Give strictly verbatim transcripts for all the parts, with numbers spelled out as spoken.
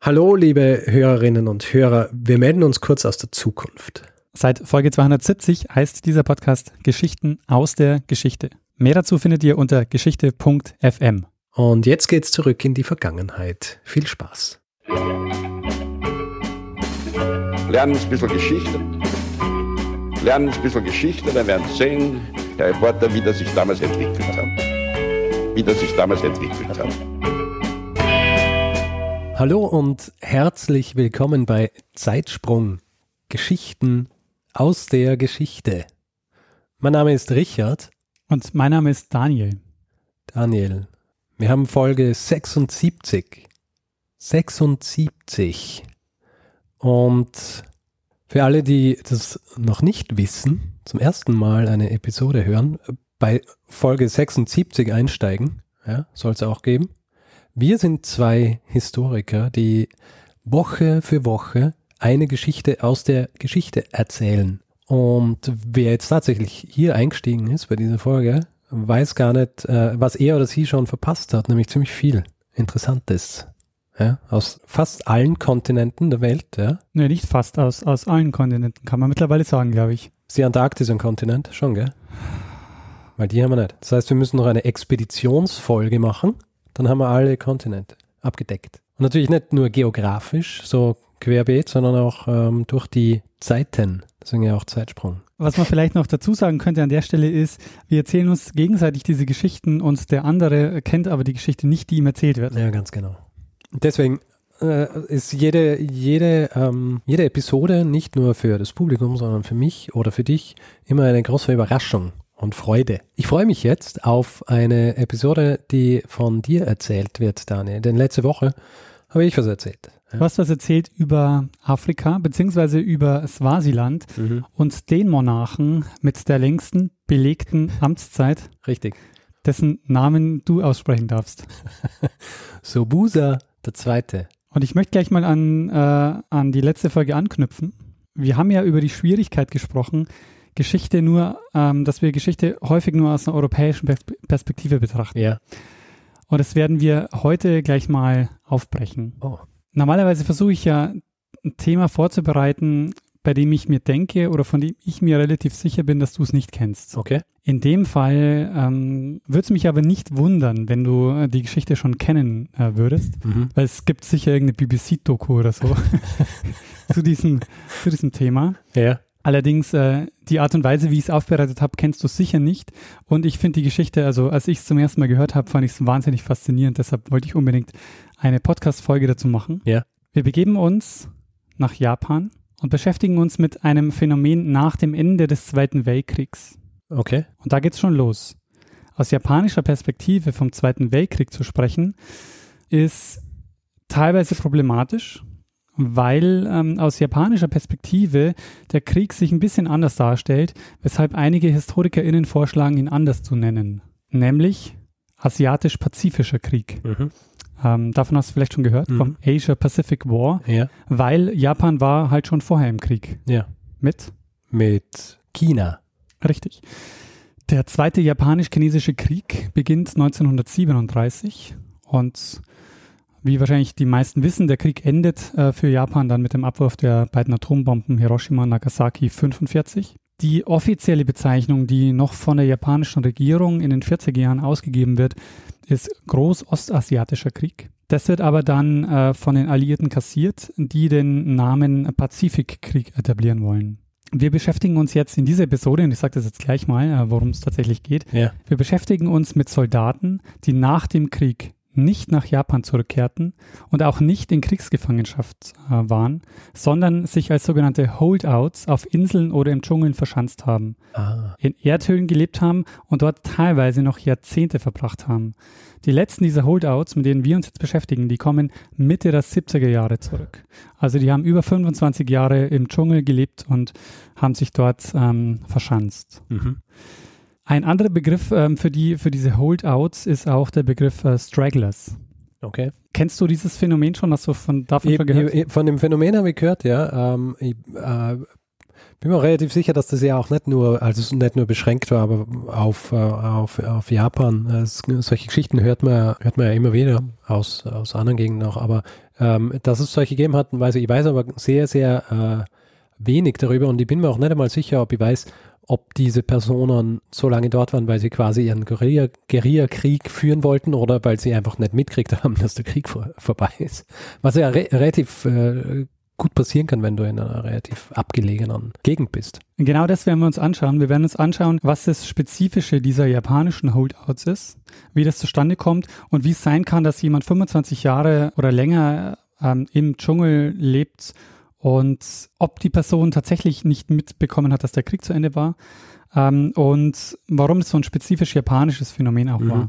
Hallo, liebe Hörerinnen und Hörer, wir melden uns kurz aus der Zukunft. Seit Folge zweihundertsiebzig heißt dieser Podcast Geschichten aus der Geschichte. Mehr dazu findet ihr unter geschichte punkt f m. Und jetzt geht's zurück in die Vergangenheit. Viel Spaß. Lernen ein bisschen Geschichte. Lernen ein bisschen Geschichte, dann werden Sie sehen, Herr Reporter, wie das sich damals entwickelt hat. Wie das sich damals entwickelt hat. Hallo und herzlich willkommen bei Zeitsprung. Geschichten aus der Geschichte. Mein Name ist Richard. Und mein Name ist Daniel. Daniel, wir haben Folge sechsundsiebzig. sechsundsiebzig. Und für alle, die das noch nicht wissen, zum ersten Mal eine Episode hören, bei Folge sechsundsiebzig einsteigen, ja, soll es auch geben. Wir sind zwei Historiker, die Woche für Woche eine Geschichte aus der Geschichte erzählen. Und wer jetzt tatsächlich hier eingestiegen ist bei dieser Folge, weiß gar nicht, äh, was er oder sie schon verpasst hat, nämlich ziemlich viel Interessantes. Ja, aus fast allen Kontinenten der Welt. Ja. Nee, nicht fast, aus, aus allen Kontinenten, kann man mittlerweile sagen, glaube ich. Ist die Antarktis ein Kontinent? Schon, gell? Weil die haben wir nicht. Das heißt, wir müssen noch eine Expeditionsfolge machen. Dann haben wir alle Kontinente abgedeckt. Und natürlich nicht nur geografisch, so querbeet, sondern auch ähm, durch die Zeiten. Deswegen ja auch Zeitsprung. Was man vielleicht noch dazu sagen könnte an der Stelle ist, wir erzählen uns gegenseitig diese Geschichten und der andere kennt aber die Geschichte nicht, die ihm erzählt wird. Ja, ganz genau. Deswegen äh, ist jede, jede, ähm, jede Episode nicht nur für das Publikum, sondern für mich oder für dich immer eine große Überraschung und Freude. Ich freue mich jetzt auf eine Episode, die von dir erzählt wird, Daniel. Denn letzte Woche habe ich was erzählt. Ja. Du hast was erzählt über Afrika, beziehungsweise über Swasiland mhm. und den Monarchen mit der längsten belegten Amtszeit. Richtig. Dessen Namen du aussprechen darfst. Sobusa der Zweite. Und ich möchte gleich mal an, äh, an die letzte Folge anknüpfen. Wir haben ja über die Schwierigkeit gesprochen, Geschichte nur, ähm, dass wir Geschichte häufig nur aus einer europäischen Perspe- Perspektive betrachten. Ja. Und das werden wir heute gleich mal aufbrechen. Oh. Normalerweise versuche ich ja ein Thema vorzubereiten, bei dem ich mir denke oder von dem ich mir relativ sicher bin, dass du es nicht kennst. Okay. In dem Fall ähm, würde es mich aber nicht wundern, wenn du äh, die Geschichte schon kennen äh, würdest, mhm. weil es gibt sicher irgendeine B B C-Doku oder so zu, diesem, zu diesem Thema. Ja. Allerdings, äh, die Art und Weise, wie ich es aufbereitet habe, kennst du sicher nicht. Und ich finde die Geschichte, also als ich es zum ersten Mal gehört habe, fand ich es wahnsinnig faszinierend. Deshalb wollte ich unbedingt eine Podcast-Folge dazu machen. Ja. Wir begeben uns nach Japan und beschäftigen uns mit einem Phänomen nach dem Ende des Zweiten Weltkriegs. Okay. Und da geht's schon los. Aus japanischer Perspektive vom Zweiten Weltkrieg zu sprechen, ist teilweise problematisch, weil ähm, aus japanischer Perspektive der Krieg sich ein bisschen anders darstellt, weshalb einige HistorikerInnen vorschlagen, ihn anders zu nennen, nämlich Asiatisch-Pazifischer Krieg. Mhm. Ähm, davon hast du vielleicht schon gehört, mhm. vom Asia-Pacific War, ja. weil Japan war halt schon vorher im Krieg. Ja. Mit? Mit China. Richtig. Der zweite Japanisch-Chinesische Krieg beginnt neunzehnhundertsiebenunddreißig und wie wahrscheinlich die meisten wissen, der Krieg endet äh, für Japan dann mit dem Abwurf der beiden Atombomben Hiroshima und Nagasaki fünfundvierzig. Die offizielle Bezeichnung, die noch von der japanischen Regierung in den vierziger Jahren ausgegeben wird, ist Großostasiatischer Krieg. Das wird aber dann äh, von den Alliierten kassiert, die den Namen Pazifikkrieg etablieren wollen. Wir beschäftigen uns jetzt in dieser Episode, und ich sage das jetzt gleich mal, äh, worum es tatsächlich geht. Ja. Wir beschäftigen uns mit Soldaten, die nach dem Krieg nicht nach Japan zurückkehrten und auch nicht in Kriegsgefangenschaft äh, waren, sondern sich als sogenannte Holdouts auf Inseln oder im Dschungel verschanzt haben, ah. in Erdhöhlen gelebt haben und dort teilweise noch Jahrzehnte verbracht haben. Die letzten dieser Holdouts, mit denen wir uns jetzt beschäftigen, die kommen Mitte der siebziger Jahre zurück. Also die haben über fünfundzwanzig Jahre im Dschungel gelebt und haben sich dort ähm, verschanzt. Mhm. Ein anderer Begriff ähm, für, die, für diese Holdouts ist auch der Begriff äh, Stragglers. Okay. Kennst du dieses Phänomen schon? Hast du von, davon ich, schon gehört? Ich, von dem Phänomen habe ich gehört, ja. Ähm, ich äh, bin mir relativ sicher, dass das ja auch nicht nur, also nicht nur beschränkt war, aber auf, auf, auf Japan. Es, solche Geschichten hört man, hört man ja immer wieder aus, aus anderen Gegenden auch, aber Ähm, dass es solche gegeben hat, weiß ich, ich weiß aber sehr, sehr äh, wenig darüber und ich bin mir auch nicht einmal sicher, ob ich weiß, ob diese Personen so lange dort waren, weil sie quasi ihren Guerilla- Guerillakrieg führen wollten oder weil sie einfach nicht mitgekriegt haben, dass der Krieg vor, vorbei ist. Was ja re- relativ äh, gut passieren kann, wenn du in einer relativ abgelegenen Gegend bist. Genau das werden wir uns anschauen. Wir werden uns anschauen, was das Spezifische dieser japanischen Holdouts ist, wie das zustande kommt und wie es sein kann, dass jemand fünfundzwanzig Jahre oder länger ähm, im Dschungel lebt und ob die Person tatsächlich nicht mitbekommen hat, dass der Krieg zu Ende war ähm, und warum es so ein spezifisch japanisches Phänomen auch mhm. war.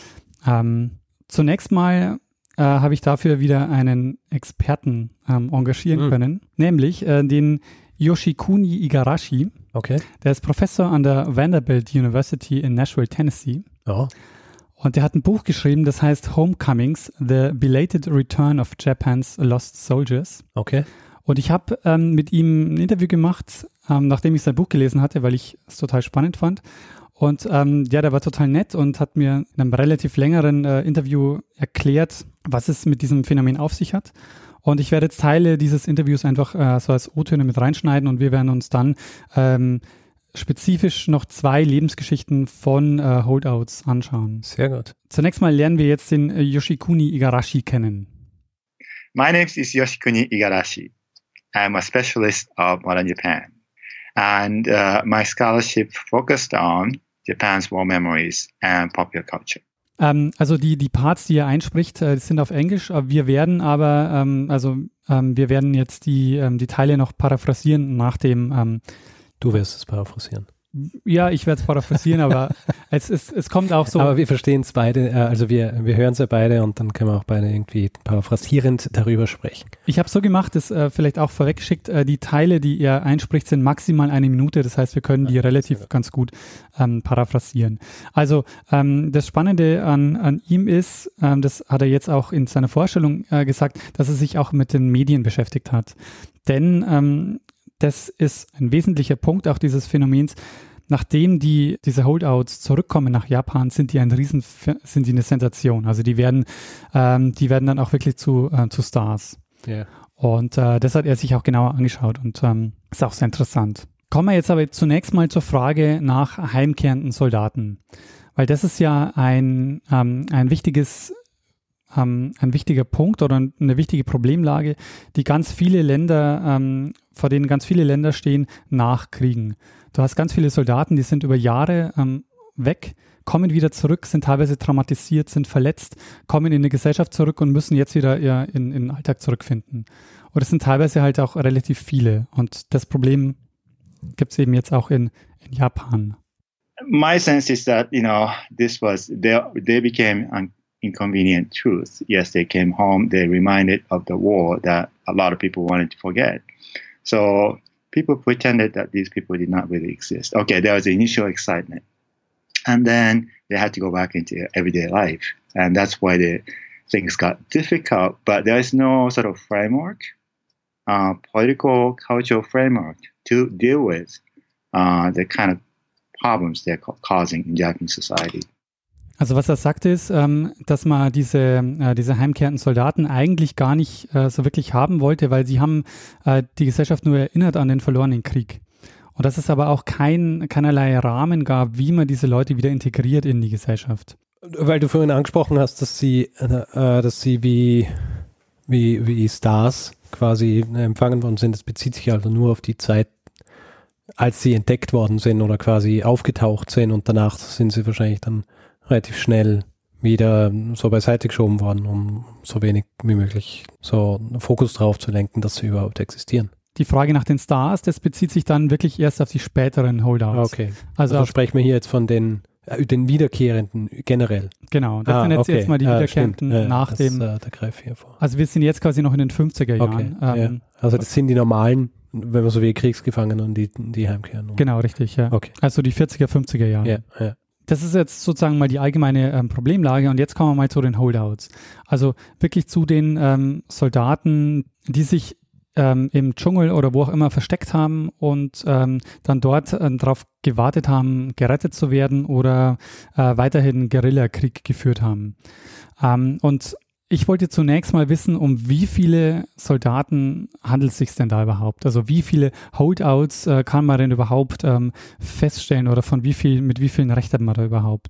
Ähm, zunächst mal äh, habe ich dafür wieder einen Experten ähm, engagieren mhm. können, nämlich äh, den Yoshikuni Igarashi. Okay. Der ist Professor an der Vanderbilt University in Nashville, Tennessee. Oh. Und der hat ein Buch geschrieben, das heißt Homecomings, The Belated Return of Japan's Lost Soldiers. Okay. Und ich habe ähm, mit ihm ein Interview gemacht, ähm, nachdem ich sein Buch gelesen hatte, weil ich es total spannend fand. Und ähm, ja, der war total nett und hat mir in einem relativ längeren äh, Interview erklärt, was es mit diesem Phänomen auf sich hat. Und ich werde jetzt Teile dieses Interviews einfach äh, so als O-Töne mit reinschneiden und wir werden uns dann ähm, spezifisch noch zwei Lebensgeschichten von äh, Holdouts anschauen. Sehr gut. Zunächst mal lernen wir jetzt den äh, Yoshikuni Igarashi kennen. My name is Yoshikuni Igarashi. I'm a specialist of modern Japan. And uh, my scholarship focused on Japan's war memories and popular culture. Ähm, also die, die Parts, die er einspricht, äh, sind auf Englisch. Wir werden aber, ähm, also ähm, wir werden jetzt die, ähm, die Teile noch paraphrasieren nach dem. Ähm, du wirst es paraphrasieren. Ja, ich werde es paraphrasieren, aber es, es, es kommt auch so. Aber wir verstehen es beide, äh, also wir, wir hören es ja beide und dann können wir auch beide irgendwie paraphrasierend darüber sprechen. Ich habe so gemacht, das äh, vielleicht auch vorweggeschickt, äh, die Teile, die er einspricht, sind maximal eine Minute, das heißt, wir können die ja, relativ ganz gut ähm, paraphrasieren. Also ähm, das Spannende an, an ihm ist, ähm, das hat er jetzt auch in seiner Vorstellung äh, gesagt, dass er sich auch mit den Medien beschäftigt hat. Denn ähm, das ist ein wesentlicher Punkt auch dieses Phänomens. Nachdem die, diese Holdouts zurückkommen nach Japan, sind die ein Riesen, sind die eine Sensation. Also die werden, ähm, die werden dann auch wirklich zu, äh, zu Stars. Yeah. Und äh, das hat er sich auch genauer angeschaut und ähm, ist auch sehr interessant. Kommen wir jetzt aber zunächst mal zur Frage nach heimkehrenden Soldaten. Weil das ist ja ein, ähm, ein wichtiges Ähm, ein wichtiger Punkt oder eine wichtige Problemlage, die ganz viele Länder, ähm, vor denen ganz viele Länder stehen, nach Kriegen. Du hast ganz viele Soldaten, die sind über Jahre ähm, weg, kommen wieder zurück, sind teilweise traumatisiert, sind verletzt, kommen in die Gesellschaft zurück und müssen jetzt wieder ja, in, in den Alltag zurückfinden. Und es sind teilweise halt auch relativ viele. Und das Problem gibt es eben jetzt auch in, in Japan. My sense is that, you know, this was, they, they became un- inconvenient truth. Yes, they came home, they reminded of the war that a lot of people wanted to forget. So people pretended that these people did not really exist. Okay, there was the initial excitement. And then they had to go back into everyday life. And that's why the things got difficult. But there is no sort of framework, uh, political, cultural framework to deal with uh, the kind of problems they're causing in Japanese society. Also was er sagt ist, ähm, dass man diese, äh, diese heimkehrenden Soldaten eigentlich gar nicht äh, so wirklich haben wollte, weil sie haben äh, die Gesellschaft nur erinnert an den verlorenen Krieg. Und dass es aber auch kein, keinerlei Rahmen gab, wie man diese Leute wieder integriert in die Gesellschaft. Weil du vorhin angesprochen hast, dass sie, äh, dass sie wie, wie, wie Stars quasi empfangen worden sind. Das bezieht sich also nur auf die Zeit, als sie entdeckt worden sind oder quasi aufgetaucht sind und danach sind sie wahrscheinlich dann relativ schnell wieder so beiseite geschoben worden, um so wenig wie möglich so einen Fokus drauf zu lenken, dass sie überhaupt existieren. Die Frage nach den Stars, das bezieht sich dann wirklich erst auf die späteren Holdouts. Okay, also, also sprechen wir hier jetzt von den, äh, den Wiederkehrenden generell. Genau, das ah, sind jetzt, okay. jetzt mal die ah, Wiederkehrenden ja, nach das, dem... Äh, der greift hier vor. Also wir sind jetzt quasi noch in den fünfziger Jahren. Okay, ähm, ja. Also das sind die normalen, wenn man so wie Kriegsgefangenen und die, die heimkehren. Genau, richtig, ja. Okay. Also die vierziger, fünfziger Jahre. Ja, ja. Das ist jetzt sozusagen mal die allgemeine ähm, Problemlage und jetzt kommen wir mal zu den Holdouts. Also wirklich zu den ähm, Soldaten, die sich ähm, im Dschungel oder wo auch immer versteckt haben und ähm, dann dort äh, darauf gewartet haben, gerettet zu werden oder äh, weiterhin Guerillakrieg geführt haben. Ähm, und Ich wollte zunächst mal wissen, um wie viele Soldaten handelt es sich denn da überhaupt? Also wie viele Holdouts äh, kann man denn überhaupt ähm, feststellen oder von wie viel, mit wie vielen Recht hat man da überhaupt?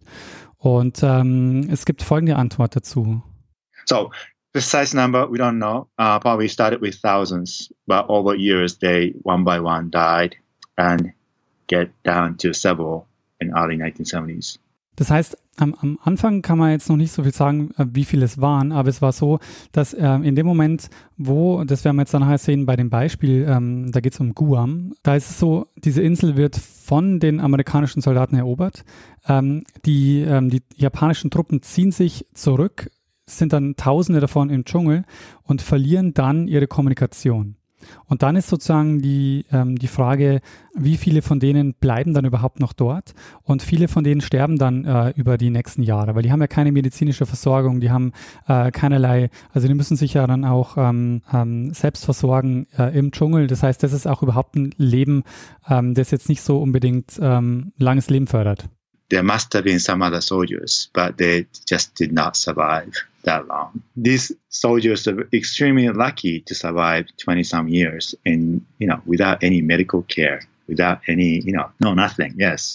Und ähm, es gibt folgende Antwort dazu. So, precise number, we don't know. Uh, probably started with thousands, but over years they one by one died and get down to several in early nineteen seventies. Das heißt, am, am Anfang kann man jetzt noch nicht so viel sagen, äh, wie viele es waren, aber es war so, dass äh, in dem Moment, wo, das werden wir jetzt dann nachher sehen bei dem Beispiel, ähm, da geht es um Guam, da ist es so, diese Insel wird von den amerikanischen Soldaten erobert. Ähm, die, ähm, die japanischen Truppen ziehen sich zurück, sind dann Tausende davon im Dschungel und verlieren dann ihre Kommunikation. Und dann ist sozusagen die, ähm, die Frage, wie viele von denen bleiben dann überhaupt noch dort? Und viele von denen sterben dann äh, über die nächsten Jahre, weil die haben ja keine medizinische Versorgung, die haben äh, keinerlei, also die müssen sich ja dann auch ähm, ähm, selbst versorgen äh, im Dschungel. Das heißt, das ist auch überhaupt ein Leben, ähm, das jetzt nicht so unbedingt ähm, langes Leben fördert. There must have been some other soldiers, but they just did not survive that long. These soldiers are extremely lucky to survive twenty some years in, you know, without any medical care, without any, you know, no, nothing, yes.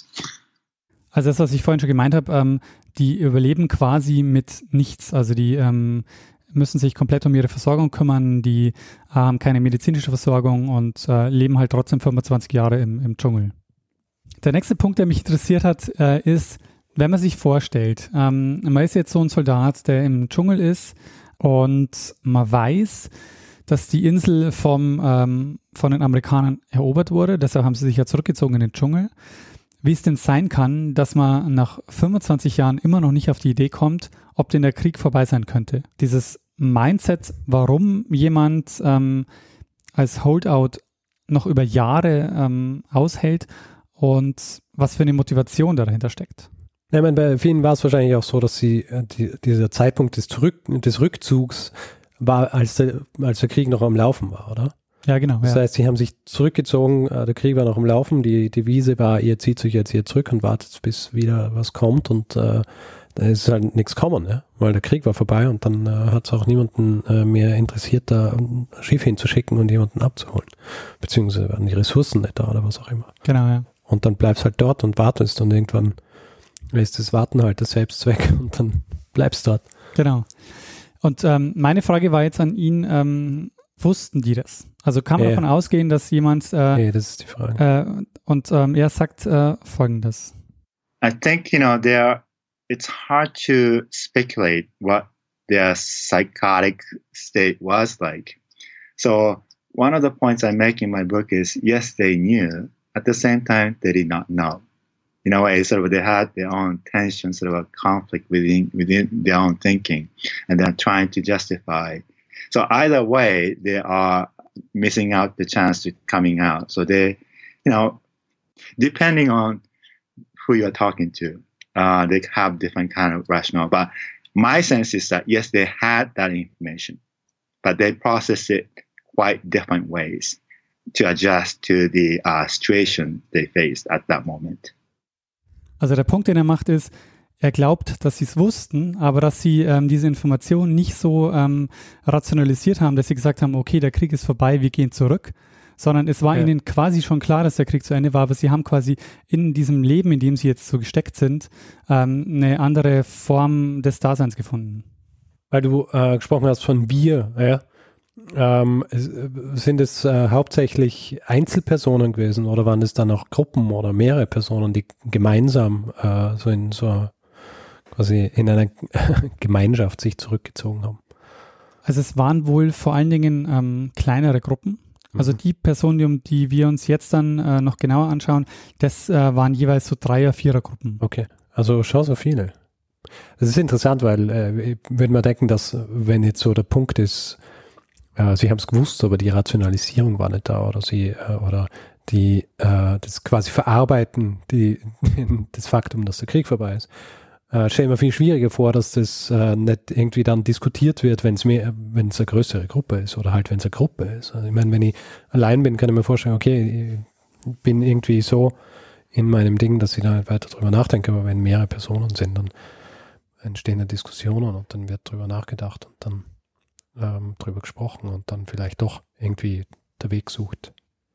Also das, was ich vorhin schon gemeint habe, ähm, die überleben quasi mit nichts. Also die ähm, müssen sich komplett um ihre Versorgung kümmern, die haben keine medizinische Versorgung und äh, leben halt trotzdem fünfundzwanzig Jahre im, im Dschungel. Der nächste Punkt, der mich interessiert hat, äh, ist, wenn man sich vorstellt, ähm, man ist jetzt so ein Soldat, der im Dschungel ist und man weiß, dass die Insel vom, ähm, von den Amerikanern erobert wurde, deshalb haben sie sich ja zurückgezogen in den Dschungel. Wie es denn sein kann, dass man nach fünfundzwanzig Jahren immer noch nicht auf die Idee kommt, ob denn der Krieg vorbei sein könnte. Dieses Mindset, warum jemand ähm, als Holdout noch über Jahre ähm, aushält, und was für eine Motivation da dahinter steckt. Ja, ich meine, bei vielen war es wahrscheinlich auch so, dass sie die, dieser Zeitpunkt des, Zurück, des Rückzugs war, als der, als der Krieg noch am Laufen war, oder? Ja, genau. Das ja. heißt, sie haben sich zurückgezogen, der Krieg war noch am Laufen, die Devise war, ihr zieht sich jetzt hier zurück und wartet, bis wieder was kommt und äh, da ist halt nichts kommen, ja? Weil der Krieg war vorbei und dann äh, hat es auch niemanden äh, mehr interessiert, da ein Schiff hinzuschicken und jemanden abzuholen. Beziehungsweise waren die Ressourcen nicht da oder was auch immer. Genau, ja. Und dann bleibst halt dort und wartest und irgendwann ist das Warten halt der Selbstzweck und dann bleibst dort. Genau. Und ähm, meine Frage war jetzt an ihn, ähm, wussten die das? Also kann man ja. davon ausgehen, dass jemand äh, nee, das ist die Frage. Äh, und ähm, er sagt äh, Folgendes. I think, you know, there it's hard to speculate what their psychotic state was like. So one of the points I make in my book is, yes, they knew. At the same time, they did not know. In a way, sort of, they had their own tension, sort of a conflict within within their own thinking, and they're trying to justify. So either way, they are missing out the chance to coming out. So they, you know, depending on who you're talking to, uh, they have different kind of rationale. But my sense is that yes, they had that information, but they processed it quite different ways to adjust to the uh, situation they faced at that moment. Also der Punkt, den er macht, ist, er glaubt, dass sie es wussten, aber dass sie ähm, diese Information nicht so ähm, rationalisiert haben, dass sie gesagt haben, okay, der Krieg ist vorbei, wir gehen zurück, sondern es war ja. ihnen quasi schon klar, dass der Krieg zu Ende war, aber sie haben quasi in diesem Leben, in dem sie jetzt so gesteckt sind, ähm, eine andere Form des Daseins gefunden. Weil du äh, gesprochen hast von wir, ja. Ähm, sind es äh, hauptsächlich Einzelpersonen gewesen oder waren es dann auch Gruppen oder mehrere Personen, die gemeinsam äh, so in so quasi in einer Gemeinschaft sich zurückgezogen haben? Also es waren wohl vor allen Dingen ähm, kleinere Gruppen. Also mhm. die Personen, um die wir uns jetzt dann äh, noch genauer anschauen, das äh, waren jeweils so Dreier-, Vierer-Gruppen. Okay, also schon so viele. Das ist interessant, weil äh, ich würde mal denken, dass wenn jetzt so der Punkt ist, äh, sie haben es gewusst, aber die Rationalisierung war nicht da oder sie äh, oder die äh, das quasi verarbeiten, die, das Faktum, dass der Krieg vorbei ist. Äh, stell mir viel schwieriger vor, dass das äh, nicht irgendwie dann diskutiert wird, wenn es mehr, wenn es eine größere Gruppe ist oder halt wenn es eine Gruppe ist. Also ich meine, wenn ich allein bin, kann ich mir vorstellen, okay, ich bin irgendwie so in meinem Ding, dass ich da nicht weiter drüber nachdenke, aber wenn mehrere Personen sind, dann entstehen Diskussionen und dann wird drüber nachgedacht und dann ähm, drüber gesprochen und dann vielleicht doch irgendwie der Weg sucht.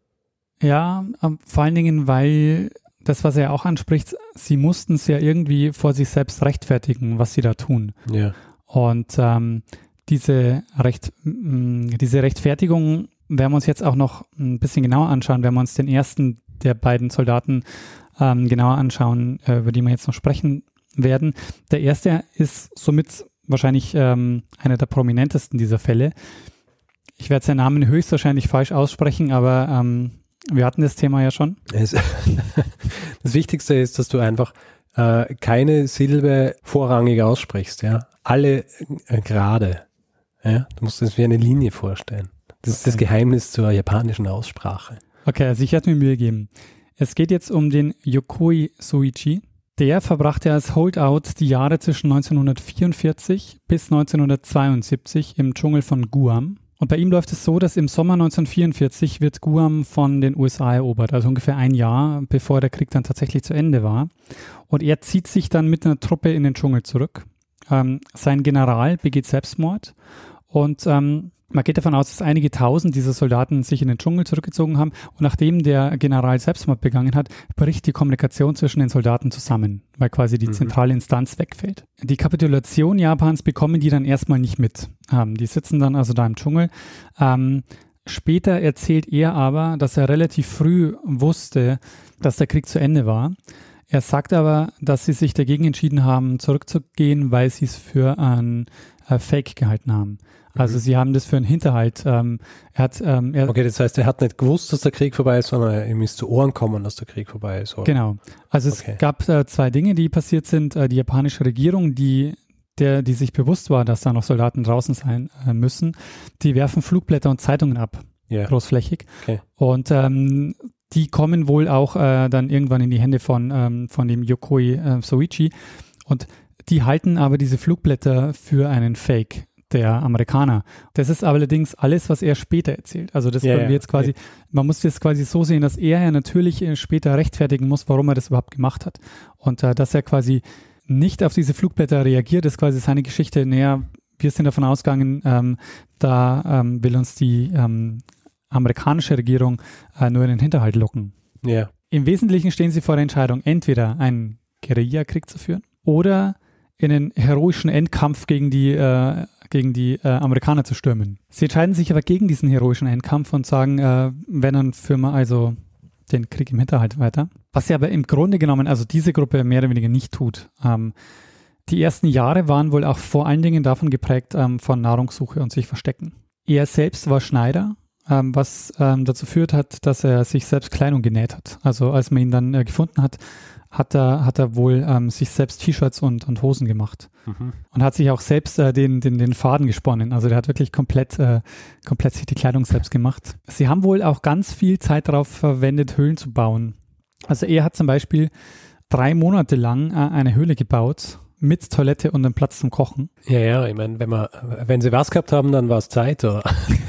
Ja, ähm, vor allen Dingen, weil das, was er auch anspricht, sie mussten es ja irgendwie vor sich selbst rechtfertigen, was sie da tun. Ja. Und ähm, diese, Recht, mh, diese Rechtfertigung werden wir uns jetzt auch noch ein bisschen genauer anschauen, wenn wir uns den ersten der beiden Soldaten ähm, genauer anschauen, äh, über die wir jetzt noch sprechen werden. Der erste ist somit wahrscheinlich ähm, einer der prominentesten dieser Fälle. Ich werde seinen Namen höchstwahrscheinlich falsch aussprechen, aber ähm, wir hatten das Thema ja schon. Es, das Wichtigste ist, dass du einfach äh, keine Silbe vorrangig aussprichst, ja. Alle äh, gerade. Ja? Du musst es wie eine Linie vorstellen. Das ist das Geheimnis zur japanischen Aussprache. Okay, also ich werde mir Mühe geben. Es geht jetzt um den Yokoi Soichi. Der verbrachte als Holdout die Jahre zwischen neunzehnhundertvierundvierzig bis neunzehnhundertzweiundsiebzig im Dschungel von Guam. Und bei ihm läuft es so, dass im Sommer neunzehnhundertvierundvierzig wird Guam von den U S A erobert, also ungefähr ein Jahr, bevor der Krieg dann tatsächlich zu Ende war. Und er zieht sich dann mit einer Truppe in den Dschungel zurück. Ähm, sein General begeht Selbstmord und ähm, man geht davon aus, dass einige tausend dieser Soldaten sich in den Dschungel zurückgezogen haben und nachdem der General Selbstmord begangen hat, bricht die Kommunikation zwischen den Soldaten zusammen, weil quasi die mhm. zentrale Instanz wegfällt. Die Kapitulation Japans bekommen die dann erstmal nicht mit. Ähm, die sitzen dann also da im Dschungel. Ähm, später erzählt er aber, dass er relativ früh wusste, dass der Krieg zu Ende war. Er sagt aber, dass sie sich dagegen entschieden haben, zurückzugehen, weil sie es für ein äh, Fake gehalten haben. Also mhm. sie haben das für einen Hinterhalt. Ähm, er hat, ähm, er okay, das heißt, er hat nicht gewusst, dass der Krieg vorbei ist, sondern ihm ist zu Ohren gekommen, dass der Krieg vorbei ist. Oder? Genau. Also es okay. gab äh, zwei Dinge, die passiert sind. Äh, die japanische Regierung, die, der, die sich bewusst war, dass da noch Soldaten draußen sein äh, müssen, die werfen Flugblätter und Zeitungen ab, yeah. großflächig. Okay. Und ähm, die kommen wohl auch äh, dann irgendwann in die Hände von, ähm, von dem Yokoi äh, Soichi. Und die halten aber diese Flugblätter für einen Fake der Amerikaner. Das ist allerdings alles, was er später erzählt. Also das ja, können wir ja, jetzt quasi, okay. man muss das quasi so sehen, dass er ja natürlich später rechtfertigen muss, warum er das überhaupt gemacht hat. Und äh, dass er quasi nicht auf diese Flugblätter reagiert, ist quasi seine Geschichte. Naja, wir sind davon ausgegangen, ähm, da ähm, will uns die ähm, amerikanische Regierung äh, nur in den Hinterhalt locken. Ja. Im Wesentlichen stehen sie vor der Entscheidung, entweder einen Guerillakrieg zu führen oder in einen heroischen Endkampf gegen die, äh, gegen die äh, Amerikaner zu stürmen. Sie entscheiden sich aber gegen diesen heroischen Endkampf und sagen, äh, wenn dann führen wir also den Krieg im Hinterhalt weiter. Was sie aber im Grunde genommen, also diese Gruppe mehr oder weniger nicht tut. Ähm, die ersten Jahre waren wohl auch vor allen Dingen davon geprägt ähm, von Nahrungssuche und sich verstecken. Er selbst war Schneider, ähm, was ähm, dazu führt hat, dass er sich selbst Kleidung genäht hat. Also als man ihn dann äh, gefunden hat, hat er, hat er wohl ähm, sich selbst T-Shirts und, und Hosen gemacht. Mhm. Und hat sich auch selbst äh, den, den, den Faden gesponnen. Also der hat wirklich komplett, äh, komplett sich die Kleidung selbst gemacht. Sie haben wohl auch ganz viel Zeit darauf verwendet, Höhlen zu bauen. Also er hat zum Beispiel drei Monate lang äh, eine Höhle gebaut mit Toilette und einem Platz zum Kochen. Ja, ja, ich meine, wenn wir, wenn sie was gehabt haben, dann war es Zeit. Oder?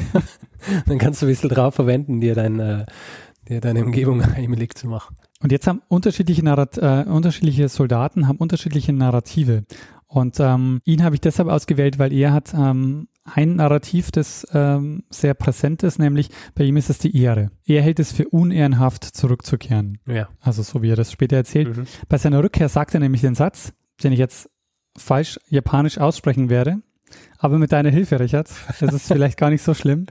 Dann kannst du ein bisschen drauf verwenden, dir, dein, äh, dir deine Umgebung heimelig zu machen. Und jetzt haben unterschiedliche, Narrat- äh, unterschiedliche Soldaten haben unterschiedliche Narrative. Und ähm, ihn habe ich deshalb ausgewählt, weil er hat ähm, ein Narrativ, das ähm, sehr präsent ist, nämlich bei ihm ist es die Ehre. Er hält es für unehrenhaft, zurückzukehren. Ja. Also so wie er das später erzählt. Mhm. Bei seiner Rückkehr sagt er nämlich den Satz, den ich jetzt falsch japanisch aussprechen werde, aber mit deiner Hilfe, Richard, das ist vielleicht gar nicht so schlimm.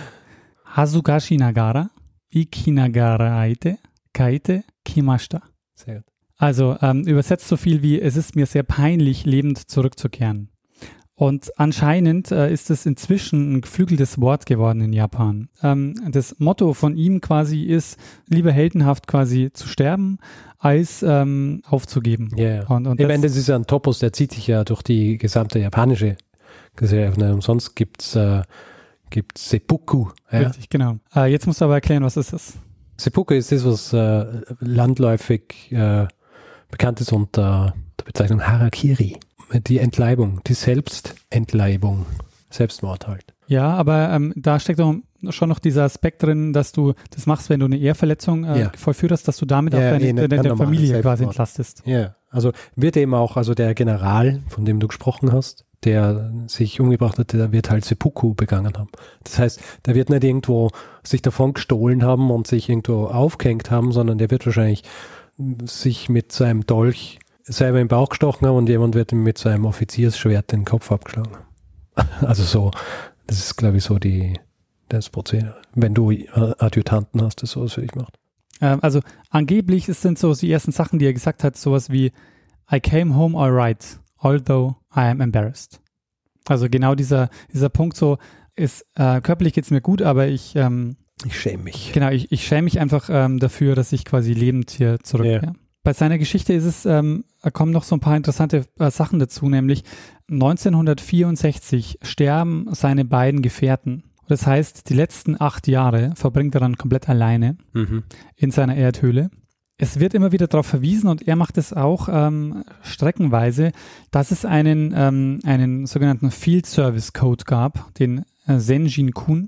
Hasugashi Nagara, Ikinagara Aite, Kaite, Kimashita. Sehr gut. Also ähm, übersetzt so viel wie, es ist mir sehr peinlich, lebend zurückzukehren. Und anscheinend äh, ist es inzwischen ein geflügeltes Wort geworden in Japan. Ähm, das Motto von ihm quasi ist, lieber heldenhaft quasi zu sterben, als ähm, aufzugeben. Ja, yeah. und, und ich meine, das ist ja ein Topos, der zieht sich ja durch die gesamte japanische Gesellschaft. Und sonst gibt es äh, gibt's Seppuku. Ja? Richtig, genau. Äh, jetzt musst du aber erklären, was ist das? Seppuku ist das, was äh, landläufig äh, bekannt ist unter der Bezeichnung Harakiri. Die Entleibung, die Selbstentleibung, Selbstmord halt. Ja, aber ähm, da steckt doch schon noch dieser Aspekt drin, dass du das machst, wenn du eine Eheverletzung äh, ja. vollführst, dass du damit ja, auch deine, eh deine, deine Familie quasi entlastest. Ja, also wird eben auch, also der General, von dem du gesprochen hast, der sich umgebracht hat, der wird halt Seppuku begangen haben. Das heißt, der wird nicht irgendwo sich davon gestohlen haben und sich irgendwo aufgehängt haben, sondern der wird wahrscheinlich sich mit seinem Dolch selber im Bauch gestochen haben und jemand wird ihm mit seinem Offiziersschwert den Kopf abgeschlagen haben. Also so, das ist, glaube ich, so die, das Prozedere. Wenn du Adjutanten hast, das sowas für dich macht. Ähm, also angeblich sind so die ersten Sachen, die er gesagt hat, sowas wie I came home all right, although I am embarrassed. Also genau dieser, dieser Punkt so ist, äh, körperlich geht es mir gut, aber ich ähm, ich schäme mich. Genau, ich, ich schäme mich einfach ähm, dafür, dass ich quasi lebend hier zurückkehre. Ja. Bei seiner Geschichte ist es, ähm, kommen noch so ein paar interessante äh, Sachen dazu, nämlich neunzehnhundertvierundsechzig sterben seine beiden Gefährten. Das heißt, die letzten acht Jahre verbringt er dann komplett alleine mhm. in seiner Erdhöhle. Es wird immer wieder darauf verwiesen und er macht es auch ähm, streckenweise, dass es einen, ähm, einen sogenannten Field Service Code gab, den äh, Senjin Kun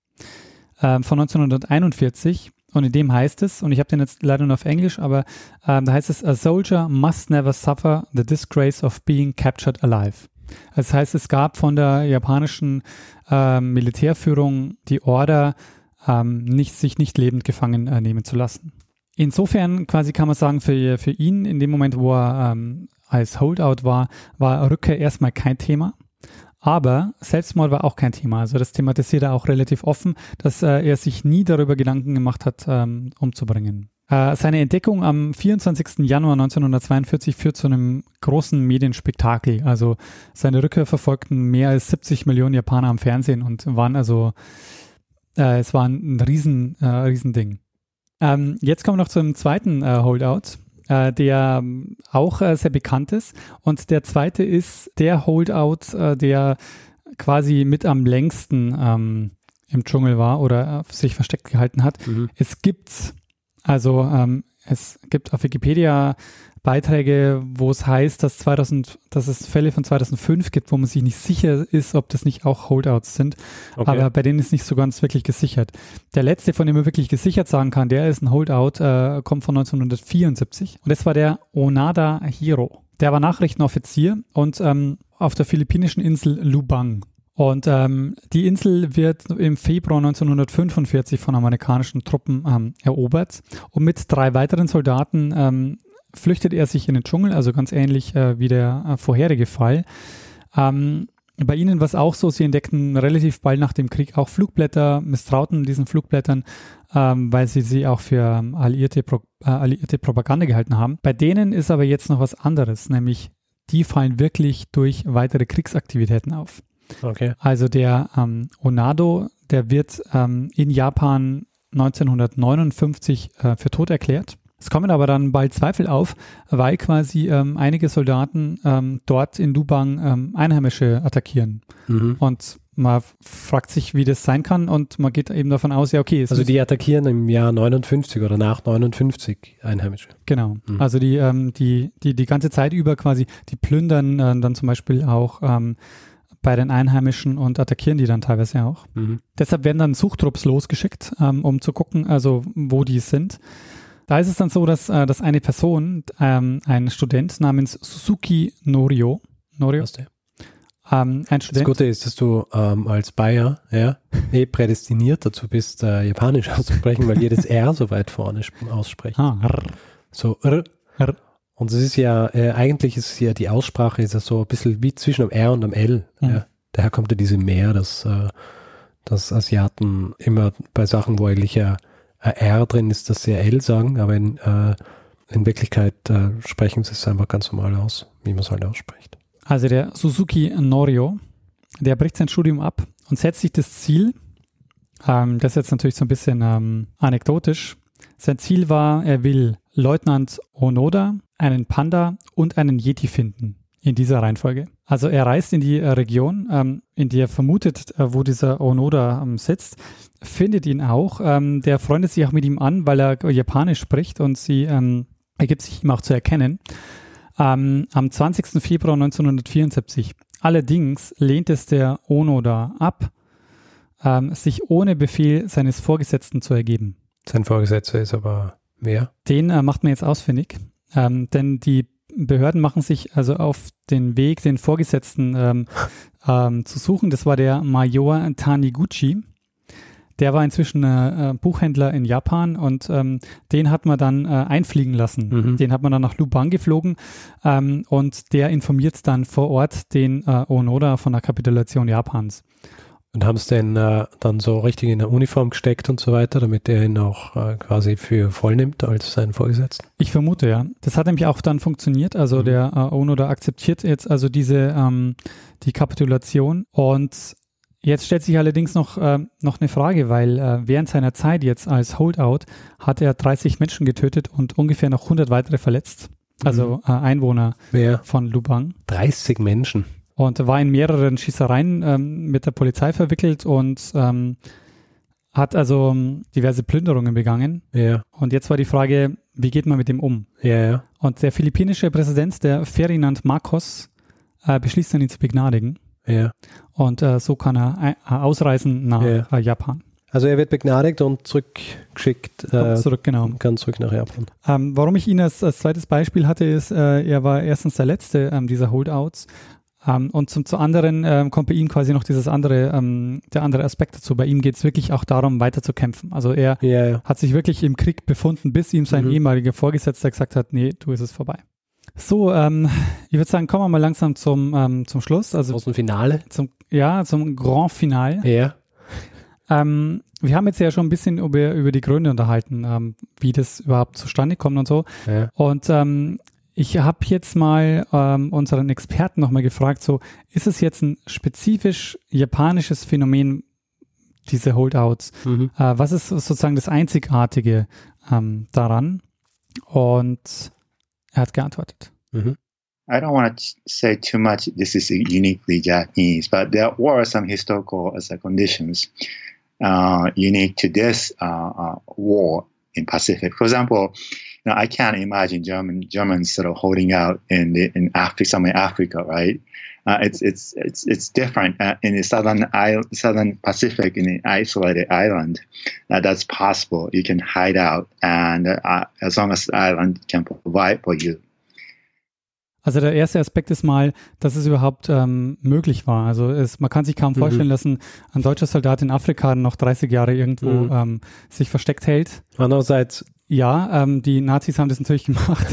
äh, von neunzehnhunderteinundvierzig. Und in dem heißt es, und ich habe den jetzt leider nur auf Englisch, aber äh, da heißt es, a soldier must never suffer the disgrace of being captured alive. Das heißt, es gab von der japanischen äh, Militärführung die Order, ähm, nicht, sich nicht lebend gefangen äh, nehmen zu lassen. Insofern quasi kann man sagen, für, für ihn, in dem Moment, wo er ähm, als Holdout war, war Rückkehr erstmal kein Thema. Aber Selbstmord war auch kein Thema. Also das thematisiert er auch relativ offen, dass äh, er sich nie darüber Gedanken gemacht hat, ähm, umzubringen. Äh, seine Entdeckung am vierundzwanzigsten Januar neunzehnhundertzweiundvierzig führt zu einem großen Medienspektakel. Also seine Rückkehr verfolgten mehr als siebzig Millionen Japaner am Fernsehen und waren also, äh, es war ein riesen, äh, Riesending. Ähm, jetzt kommen wir noch zum zweiten äh, Holdout, äh, der ähm, auch äh, sehr bekannt ist. Und der zweite ist der Holdout, äh, der quasi mit am längsten ähm, im Dschungel war oder äh, sich versteckt gehalten hat. Mhm. Es gibt, also ähm, es gibt auf Wikipedia Beiträge, wo es heißt, dass, zweitausend, dass es Fälle von zweitausendfünf gibt, wo man sich nicht sicher ist, ob das nicht auch Holdouts sind. Okay. Aber bei denen ist nicht so ganz wirklich gesichert. Der letzte, von dem man wirklich gesichert sagen kann, der ist ein Holdout, äh, kommt von neunzehnhundertvierundsiebzig. Und das war der Onada Hiro. Der war Nachrichtenoffizier und ähm, auf der philippinischen Insel Lubang. Und ähm, die Insel wird im Februar neunzehnhundertfünfundvierzig von amerikanischen Truppen ähm, erobert. Und mit drei weiteren Soldaten ähm, flüchtet er sich in den Dschungel, also ganz ähnlich äh, wie der äh, vorherige Fall. Ähm, bei ihnen war es auch so, sie entdeckten relativ bald nach dem Krieg auch Flugblätter, misstrauten diesen Flugblättern, ähm, weil sie sie auch für ähm, alliierte, Pro, äh, alliierte Propaganda gehalten haben. Bei denen ist aber jetzt noch was anderes, nämlich die fallen wirklich durch weitere Kriegsaktivitäten auf. Okay. Also der ähm, Onado, der wird ähm, in Japan neunzehnhundertneunundfünfzig äh, für tot erklärt. Es kommen aber dann bald Zweifel auf, weil quasi ähm, einige Soldaten ähm, dort in Lubang ähm, Einheimische attackieren. Mhm. Und man fragt sich, wie das sein kann und man geht eben davon aus, ja okay. Es also die attackieren im Jahr neunundfünfzig oder nach neunundfünfzig Einheimische. Genau, mhm. also die, ähm, die, die, die ganze Zeit über quasi, die plündern äh, dann zum Beispiel auch ähm, bei den Einheimischen und attackieren die dann teilweise auch. Mhm. Deshalb werden dann Suchtrupps losgeschickt, ähm, um zu gucken, also wo die sind. Da ist es dann so, dass, äh, dass eine Person, ähm, ein Student namens Suzuki Norio, Norio Was der? Ähm, ein Student. Das Gute ist, dass du ähm, als Bayer ja, eh prädestiniert dazu bist, äh, Japanisch auszusprechen, weil jedes R so weit vorne ausspricht. Ah, r. So R. R. Und es ist ja, äh, eigentlich ist es ja, die Aussprache ist ja so ein bisschen wie zwischen dem R und dem L. Mhm. Ja. Daher kommt ja diese Mehr, dass, äh, dass Asiaten immer bei Sachen, wo eigentlich ja R drin ist, dass sie L sagen, aber in, äh, in Wirklichkeit äh, sprechen sie es einfach ganz normal aus, wie man es halt ausspricht. Also der Suzuki Norio, der bricht sein Studium ab und setzt sich das Ziel, ähm, das ist jetzt natürlich so ein bisschen ähm, anekdotisch, sein Ziel war, er will Leutnant Onoda, einen Panda und einen Yeti finden. In dieser Reihenfolge. Also er reist in die äh, Region, ähm, in die er vermutet, äh, wo dieser Onoda ähm, sitzt, findet ihn auch. Ähm, der freundet sich auch mit ihm an, weil er Japanisch spricht und sie ähm, ergibt sich ihm auch zu erkennen. Ähm, am zwanzigsten Februar neunzehnhundertvierundsiebzig. Allerdings lehnt es der Onoda ab, ähm, sich ohne Befehl seines Vorgesetzten zu ergeben. Sein Vorgesetzter ist aber wer? Den äh, macht man jetzt ausfindig, ähm, denn die Behörden machen sich also auf den Weg, den Vorgesetzten ähm, ähm, zu suchen. Das war der Major Taniguchi. Der war inzwischen äh, Buchhändler in Japan und ähm, den hat man dann äh, einfliegen lassen. Mhm. Den hat man dann nach Lubang geflogen ähm, und der informiert dann vor Ort den äh, Onoda von der Kapitulation Japans. Und haben es denn äh, dann so richtig in eine Uniform gesteckt und so weiter, damit er ihn auch äh, quasi für voll nimmt als seinen Vorgesetzten? Ich vermute, ja. Das hat nämlich auch dann funktioniert. Also mhm. der äh, Onoda akzeptiert jetzt also diese ähm, die Kapitulation. Und jetzt stellt sich allerdings noch, äh, noch eine Frage, weil äh, während seiner Zeit jetzt als Holdout hat er dreißig Menschen getötet und ungefähr noch hundert weitere verletzt. Also äh, Einwohner Wer? von Lubang. dreißig Menschen. Und war in mehreren Schießereien ähm, mit der Polizei verwickelt und ähm, hat also ähm, diverse Plünderungen begangen. Ja. Und jetzt war die Frage, wie geht man mit dem um? Ja, ja. Und der philippinische Präsident, der Ferdinand Marcos, äh, beschließt dann, ihn zu begnadigen. Ja. Und äh, so kann er äh, ausreisen nach ja. äh, Japan. Also er wird begnadigt und zurückgeschickt. Äh, zurück, genau. Kann zurück nach Japan. Ähm, warum ich ihn als, als zweites Beispiel hatte, ist, äh, er war erstens der letzte ähm, dieser Holdouts. Um, und zum, zu anderen ähm, kommt bei ihm quasi noch dieses andere, ähm, der andere Aspekt dazu. Bei ihm geht es wirklich auch darum, weiter zu kämpfen. Also er ja, ja. hat sich wirklich im Krieg befunden, bis ihm sein mhm. ehemaliger Vorgesetzter gesagt hat, nee, du ist es vorbei. So, ähm, ich würde sagen, kommen wir mal langsam zum, ähm, zum Schluss. Also aus dem Finale? Zum, ja, zum Grand Finale. Ja. Ähm, wir haben jetzt ja schon ein bisschen über, über die Gründe unterhalten, ähm, wie das überhaupt zustande kommt und so. Ja. Und ähm, ich habe jetzt mal ähm, unseren Experten nochmal gefragt, so, ist es jetzt ein spezifisch japanisches Phänomen, diese Holdouts? Mhm. Äh, was ist sozusagen das Einzigartige ähm, daran? Und er hat geantwortet. Mhm. I don't want to say too much this is uniquely Japanese, but there were some historical uh, conditions uh, unique to this uh, uh, war in Pacific. For example, you know, I can't imagine German Germans sort of holding out in the, in Africa, somewhere in Africa, right? Uh, it's it's it's it's different uh, in the southern island, southern Pacific, in an isolated island. Uh, that's possible. You can hide out, and uh, as long as the island can provide for you. Also der erste Aspekt ist mal, dass es überhaupt ähm, möglich war. Also es, man kann sich kaum mhm. vorstellen, dass ein, ein deutscher Soldat in Afrika noch dreißig Jahre irgendwo mhm. ähm, sich versteckt hält. Andererseits. Ja, ähm, die Nazis haben das natürlich gemacht.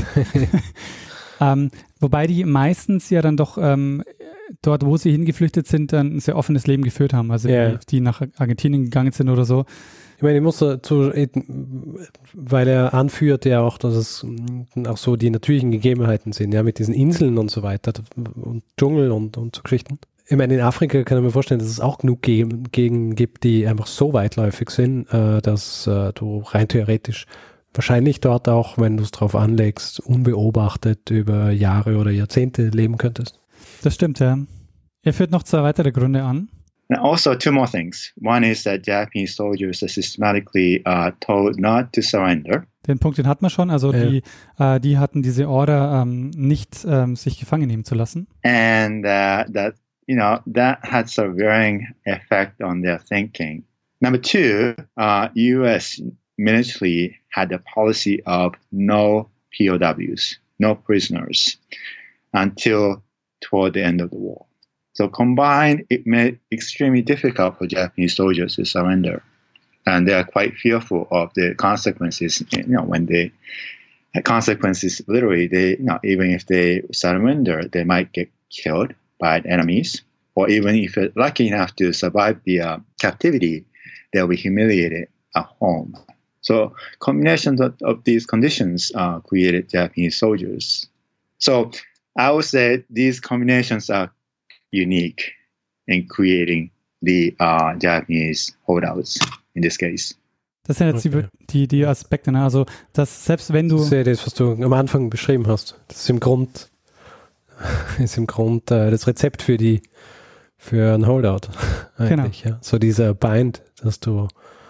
ähm, wobei die meistens ja dann doch ähm, dort, wo sie hingeflüchtet sind, dann ein sehr offenes Leben geführt haben. Also yeah. die, die nach Argentinien gegangen sind oder so. Ich meine, ich muss dazu, weil er anführt ja auch, dass es auch so die natürlichen Gegebenheiten sind, ja, mit diesen Inseln und so weiter und Dschungel und, und so Geschichten. Ich meine, in Afrika kann ich mir vorstellen, dass es auch genug Gegenden gibt, die einfach so weitläufig sind, dass du rein theoretisch wahrscheinlich dort auch, wenn du es drauf anlegst, unbeobachtet über Jahre oder Jahrzehnte leben könntest. Das stimmt, ja. Er führt noch zwei weitere Gründe an. And also two more things. One is that Japanese soldiers are systematically uh, told not to surrender. Den Punkt, den hatten wir schon. Also ja. die, äh, die hatten diese Order, ähm, nicht ähm, sich gefangen nehmen zu lassen. And uh, that, you know, that has a varying effect on their thinking. Number two, uh, U S military had a policy of no P O Ws, no prisoners, until toward the end of the war. So combined, it made it extremely difficult for Japanese soldiers to surrender. And they are quite fearful of the consequences, you know, when they, the consequences, literally, they, you know, even if they surrender, they might get killed by enemies. Or even if they're lucky enough to survive the uh, captivity, they'll be humiliated at home. So combinations of, of these conditions uh, created Japanese soldiers. So I would say these combinations are unique in creating the uh, Japanese holdouts in this case. Das sind jetzt okay. die, die Aspekte, ne? Also, dass selbst wenn du... Das ist ja das, was du am Anfang beschrieben hast. Das ist im Grund, ist im Grund äh, das Rezept für die, für ein Holdout. Eigentlich, genau. Ja. So dieser Bind, dass du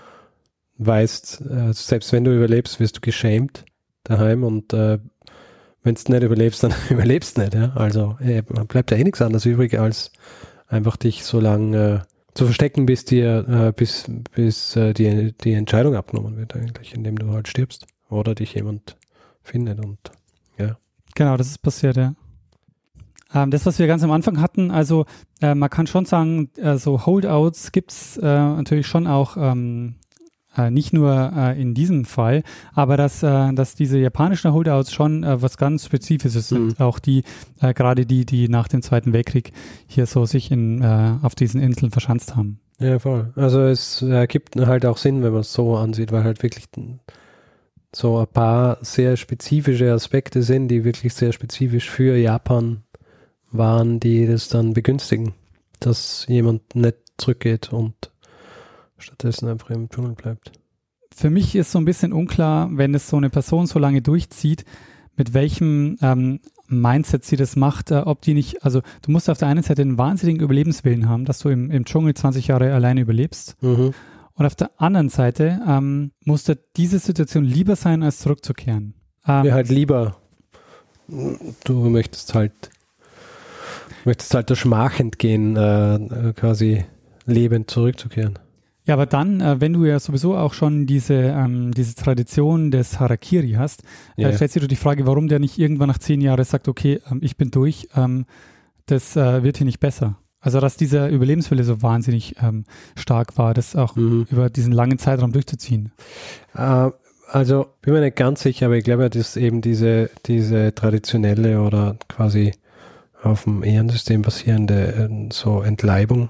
weißt, äh, selbst wenn du überlebst, wirst du geschämt daheim und äh, wenn du nicht überlebst, dann überlebst du nicht. Ja? Also äh, bleibt ja eh nichts anderes übrig, als einfach dich so lange zu verstecken, bis dir, äh, bis, bis äh, die, die Entscheidung abgenommen wird eigentlich, indem du halt stirbst oder dich jemand findet und ja. Genau, das ist passiert, ja. Ähm, das, was wir ganz am Anfang hatten, also äh, man kann schon sagen, äh, so Holdouts gibt es äh, natürlich schon auch ähm, äh, nicht nur äh, in diesem Fall, aber dass, äh, dass diese japanischen Holdouts schon äh, was ganz Spezifisches sind. Mhm. Auch die, äh, gerade die, die nach dem Zweiten Weltkrieg hier so sich in, äh, auf diesen Inseln verschanzt haben. Ja, voll. Also es ergibt halt auch Sinn, wenn man es so ansieht, weil halt wirklich so ein paar sehr spezifische Aspekte sind, die wirklich sehr spezifisch für Japan waren, die das dann begünstigen, dass jemand nicht zurückgeht und stattdessen einfach im Dschungel bleibt. Für mich ist so ein bisschen unklar, wenn es so eine Person so lange durchzieht, mit welchem ähm, Mindset sie das macht, äh, ob die nicht, also du musst auf der einen Seite einen wahnsinnigen Überlebenswillen haben, dass du im, im Dschungel zwanzig Jahre alleine überlebst. Mhm. Und auf der anderen Seite ähm, muss dir diese Situation lieber sein, als zurückzukehren. Ähm, ja, halt lieber. Du möchtest halt möchtest halt der Schmach entgehen, äh, quasi lebend zurückzukehren. Ja, aber dann, äh, wenn du ja sowieso auch schon diese, ähm, diese Tradition des Harakiri hast, yeah. äh, stellst du dir die Frage, warum der nicht irgendwann nach zehn Jahren sagt, okay, ähm, ich bin durch, ähm, das äh, wird hier nicht besser. Also, dass dieser Überlebenswille so wahnsinnig ähm, stark war, das auch mhm. über diesen langen Zeitraum durchzuziehen. Äh, also, bin mir nicht ganz sicher, aber ich glaube, dass eben diese, diese traditionelle oder quasi auf dem Ehrensystem basierende äh, so Entleibung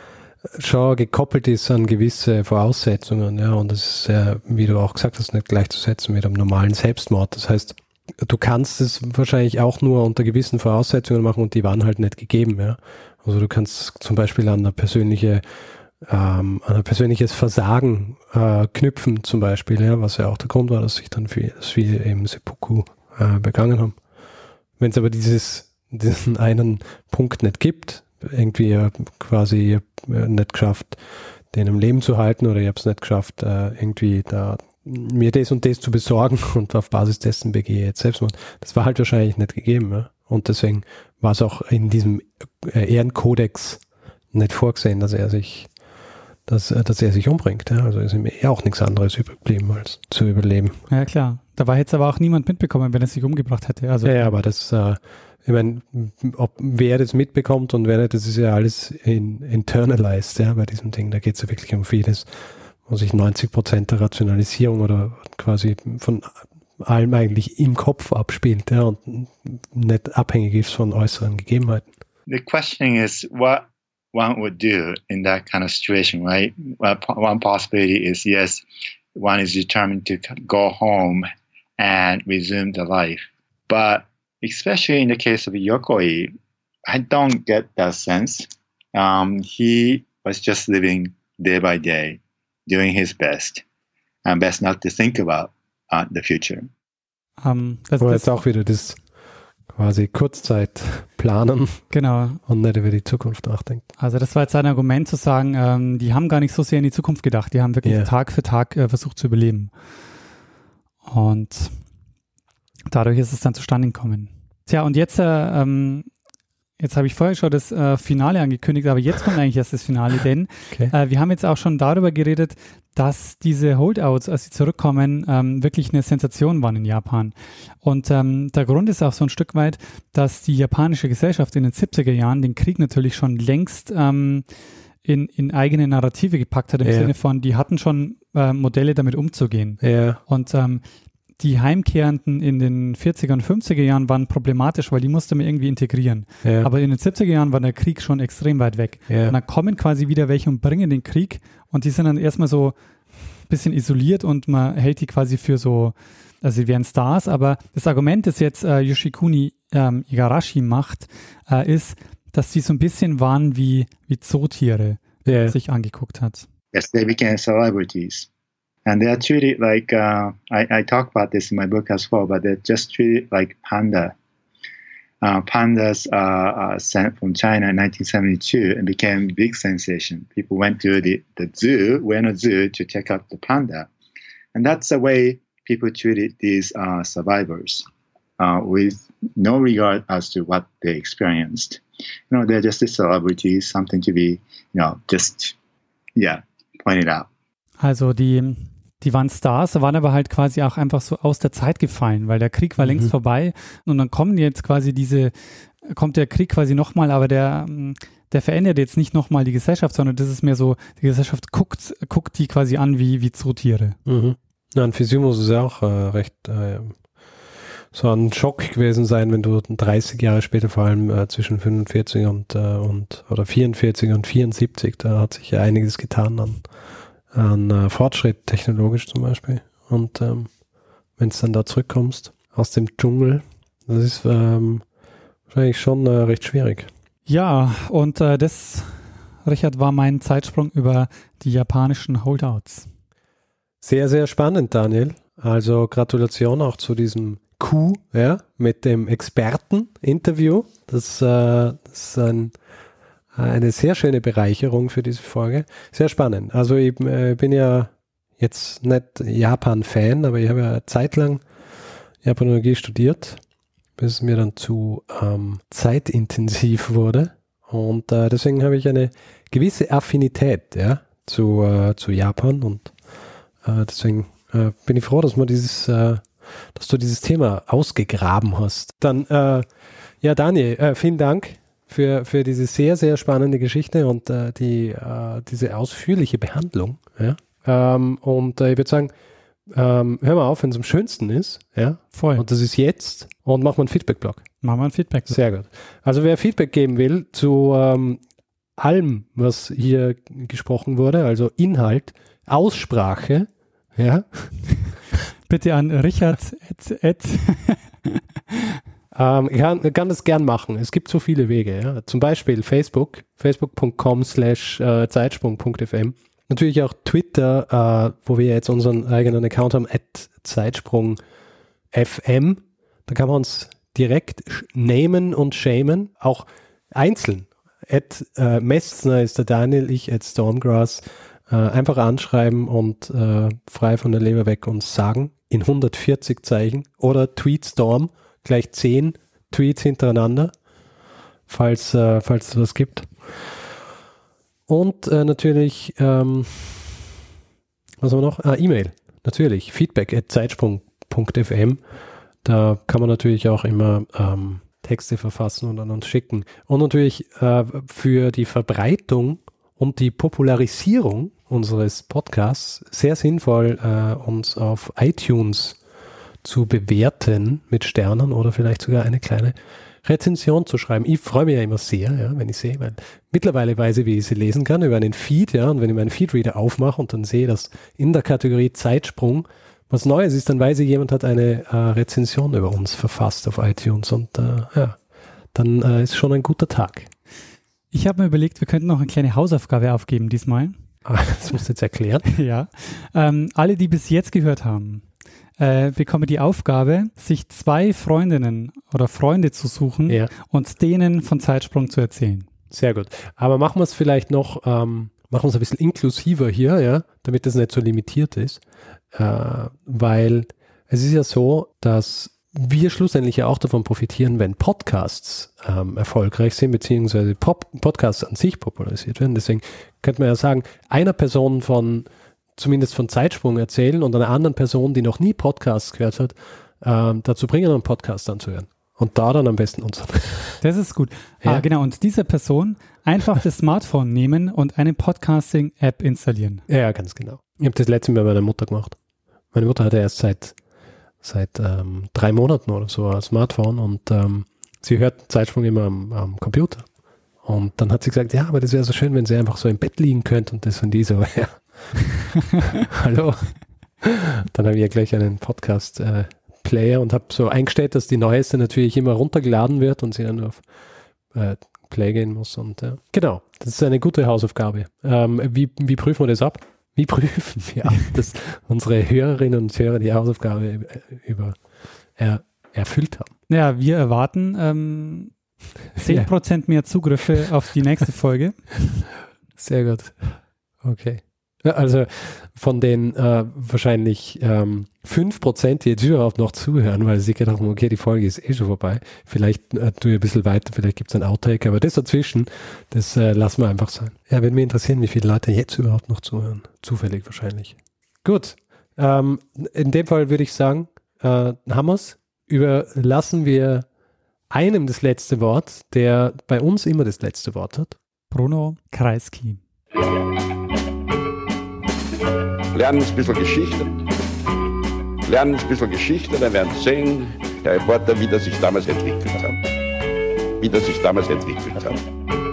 schon gekoppelt ist an gewisse Voraussetzungen, ja, und das ist, äh, wie du auch gesagt hast, nicht gleichzusetzen mit einem normalen Selbstmord. Das heißt, du kannst es wahrscheinlich auch nur unter gewissen Voraussetzungen machen und die waren halt nicht gegeben, ja. Also du kannst zum Beispiel an eine persönliche, ähm, an ein persönliches Versagen äh, knüpfen, zum Beispiel, ja, was ja auch der Grund war, dass sich dann viele, dass viele eben Seppuku äh, begangen haben. Wenn es aber dieses diesen einen Punkt nicht gibt, irgendwie äh, quasi äh, nicht geschafft, den im Leben zu halten, oder ich habe es nicht geschafft, äh, irgendwie da mir das und das zu besorgen und auf Basis dessen begehe ich jetzt Selbstmord. Das war halt wahrscheinlich nicht gegeben. Ja? Und deswegen war es auch in diesem äh, Ehrenkodex nicht vorgesehen, dass er sich dass, äh, dass er sich umbringt. Ja? Also ist ihm eher auch nichts anderes übrig geblieben, als zu überleben. Ja, klar. Dabei hätte es aber auch niemand mitbekommen, wenn er sich umgebracht hätte. Also ja, ja, aber das äh, ich meine, ob wer das mitbekommt und wer nicht, das ist ja alles in, internalized, ja, bei diesem Ding. Da geht es ja wirklich um vieles, wo sich neunzig Prozent der Rationalisierung oder quasi von allem eigentlich im Kopf abspielt, ja, und nicht abhängig ist von äußeren Gegebenheiten. The question is what one would do in that kind of situation, right? Well, one possibility is, yes, one is determined to go home and resume the life. But especially in the case of Yokoi, I don't get that sense. Um, he was just living day by day, doing his best, and best not to think about uh, the future. Um, das, Aber jetzt auch wieder das quasi Kurzzeit planen, genau, und nicht über die Zukunft nachdenken. Also das war jetzt ein Argument zu sagen, ähm, die haben gar nicht so sehr in die Zukunft gedacht, die haben wirklich yeah. Tag für Tag äh, versucht zu überleben. Und dadurch ist es dann zustande gekommen. Tja, und jetzt, äh, ähm, jetzt habe ich vorher schon das äh, Finale angekündigt, aber jetzt kommt eigentlich erst das Finale, denn okay. äh, wir haben jetzt auch schon darüber geredet, dass diese Holdouts, als sie zurückkommen, ähm, wirklich eine Sensation waren in Japan. Und ähm, der Grund ist auch so ein Stück weit, dass die japanische Gesellschaft in den siebziger Jahren den Krieg natürlich schon längst ähm, in, in eigene Narrative gepackt hat, im ja. Sinne von, die hatten schon äh, Modelle, damit umzugehen. Ja. Und ähm, die Heimkehrenden in den vierziger und fünfziger Jahren waren problematisch, weil die musste man irgendwie integrieren. Ja. Aber in den siebziger Jahren war der Krieg schon extrem weit weg. Ja. Und dann kommen quasi wieder welche und bringen den Krieg, und die sind dann erstmal so ein bisschen isoliert und man hält die quasi für so, also sie wären Stars, aber das Argument, das jetzt äh, Yoshikuni ähm, Igarashi macht, äh, ist, dass die so ein bisschen waren wie, wie Zootiere, die yeah. sich angeguckt hat. Yes, they became celebrities. And they are treated like, uh, I, I talk about this in my book as well, but they're just treated like panda. Uh, pandas uh, uh, sent from China in nineteen seventy-two and became a big sensation. People went to the, the zoo, Ueno Zoo, to check out the panda. And that's the way people treated these uh, survivors, uh, with no regard as to what they experienced. You know, they're just a celebrity, something to be, you know, just, yeah, pointed out. Also die, die waren Stars, waren aber halt quasi auch einfach so aus der Zeit gefallen, weil der Krieg war längst mhm. vorbei und dann kommen jetzt quasi diese, kommt der Krieg quasi nochmal, aber der, der verändert jetzt nicht nochmal die Gesellschaft, sondern das ist mehr so, die Gesellschaft guckt, guckt die quasi an wie, wie Zootiere. Mhm. Ja, ein Physimus ist ja auch äh, recht äh, so ein Schock gewesen sein, wenn du dreißig Jahre später, vor allem äh, zwischen fünfundvierzig und, äh, und oder vierundvierzig und vierundsiebzig, da hat sich ja einiges getan an, an äh, Fortschritt, technologisch zum Beispiel. Und ähm, wenn du dann da zurückkommst aus dem Dschungel, das ist ähm, wahrscheinlich schon äh, recht schwierig. Ja, und äh, das, Richard, war mein Zeitsprung über die japanischen Holdouts. Sehr, sehr spannend, Daniel. Also Gratulation auch zu diesem Coup, ja, mit dem Experten-Interview. Das, äh, das ist ein, eine sehr schöne Bereicherung für diese Folge. Sehr spannend. Also ich äh, bin ja jetzt nicht Japan-Fan, aber ich habe ja zeitlang Japanologie studiert, bis es mir dann zu ähm, zeitintensiv wurde. Und äh, deswegen habe ich eine gewisse Affinität, ja, zu, äh, zu Japan und äh, deswegen äh, bin ich froh, dass man dieses, äh, dass du dieses Thema ausgegraben hast. Dann, äh, ja, Daniel, äh, vielen Dank für, für diese sehr, sehr spannende Geschichte und äh, die, äh, diese ausführliche Behandlung. Ja? Ähm, und äh, ich würde sagen, ähm, hör mal auf, wenn es am schönsten ist. Ja? Voll. Und das ist jetzt. Und mach mal einen Feedback-Blog. Machen wir einen Feedback-Blog. Sehr gut. Also wer Feedback geben will zu ähm, allem, was hier gesprochen wurde, also Inhalt, Aussprache, ja. Bitte an Richard. at, at. ähm, ich kann, kann das gern machen. Es gibt so viele Wege. Ja. Zum Beispiel Facebook, facebook.com slash zeitsprung.fm. Natürlich auch Twitter, äh, wo wir jetzt unseren eigenen Account haben, at zeitsprung punkt f m. Da kann man uns direkt namen und shamen, auch einzeln. At äh, Messner ist der Daniel, ich at Stormgrass. Äh, einfach anschreiben und äh, frei von der Leber weg uns sagen, in hundertvierzig Zeichen oder Tweetstorm, gleich zehn Tweets hintereinander, falls, äh, falls es das gibt. Und äh, natürlich, ähm, was haben wir noch? Ah, E-Mail, natürlich, feedback at zeitsprung punkt f m. Da kann man natürlich auch immer ähm, Texte verfassen und an uns schicken. Und natürlich äh, für die Verbreitung und die Popularisierung unseres Podcasts sehr sinnvoll, äh, uns auf iTunes zu bewerten mit Sternen oder vielleicht sogar eine kleine Rezension zu schreiben. Ich freue mich ja immer sehr, ja, wenn ich sehe, weil mittlerweile weiß ich, wie ich sie lesen kann, über einen Feed, ja, und wenn ich meinen Feedreader aufmache und dann sehe, dass in der Kategorie Zeitsprung was Neues ist, dann weiß ich, jemand hat eine äh, Rezension über uns verfasst auf iTunes und äh, ja, dann äh, ist schon ein guter Tag. Ich habe mir überlegt, wir könnten noch eine kleine Hausaufgabe aufgeben diesmal. Das musst du jetzt erklären. Ja. Ähm, alle, die bis jetzt gehört haben, äh, bekommen die Aufgabe, sich zwei Freundinnen oder Freunde zu suchen ja. und denen von Zeitsprung zu erzählen. Sehr gut. Aber machen wir es vielleicht noch, ähm, machen wir es ein bisschen inklusiver hier, ja, damit das nicht so limitiert ist. Äh, weil es ist ja so, dass wir schlussendlich ja auch davon profitieren, wenn Podcasts ähm, erfolgreich sind, beziehungsweise Pop- Podcasts an sich popularisiert werden. Deswegen könnte man ja sagen, einer Person von, zumindest von Zeitsprung erzählen und einer anderen Person, die noch nie Podcasts gehört hat, ähm, dazu bringen, einen Podcast anzuhören. Und da dann am besten unseren. Das ist gut. Ja. Ah, genau. Und diese Person einfach das Smartphone nehmen und eine Podcasting-App installieren. Ja, ganz genau. Ich habe das letzte Mal bei meiner Mutter gemacht. Meine Mutter hatte erst seit seit ähm, drei Monaten oder so ein Smartphone und ähm, sie hört Zeitsprung immer am, am Computer. Und dann hat sie gesagt, ja, aber das wäre so schön, wenn sie einfach so im Bett liegen könnte und das und die so, ja. Hallo. Dann habe ich ja gleich einen Podcast-Player äh, und habe so eingestellt, dass die neueste natürlich immer runtergeladen wird und sie dann nur auf äh, Play gehen muss. Und äh, genau, das ist eine gute Hausaufgabe. Ähm, wie, wie prüfen wir das ab? Wie prüfen wir ab, dass unsere Hörerinnen und Hörer die Hausaufgabe über er, erfüllt haben? Ja, wir erwarten ähm, zehn Prozent mehr Zugriffe auf die nächste Folge. Sehr gut. Okay. Ja, also von den äh, wahrscheinlich ähm, fünf Prozent, die jetzt überhaupt noch zuhören, weil sie gedacht haben, okay, die Folge ist eh schon vorbei. Vielleicht äh, tue ich ein bisschen weiter, vielleicht gibt es ein Outtake, aber das dazwischen, das äh, lassen wir einfach sein. Ja, würde mich interessieren, wie viele Leute jetzt überhaupt noch zuhören. Zufällig wahrscheinlich. Gut, ähm, in dem Fall würde ich sagen, äh, haben wir es. Überlassen wir einem das letzte Wort, der bei uns immer das letzte Wort hat. Bruno Kreisky. Lernen ein bisschen Geschichte. Lernen ein bisschen Geschichte, dann werden Sie sehen, der Reporter, wie das sich damals entwickelt hat. Wie das sich damals entwickelt hat.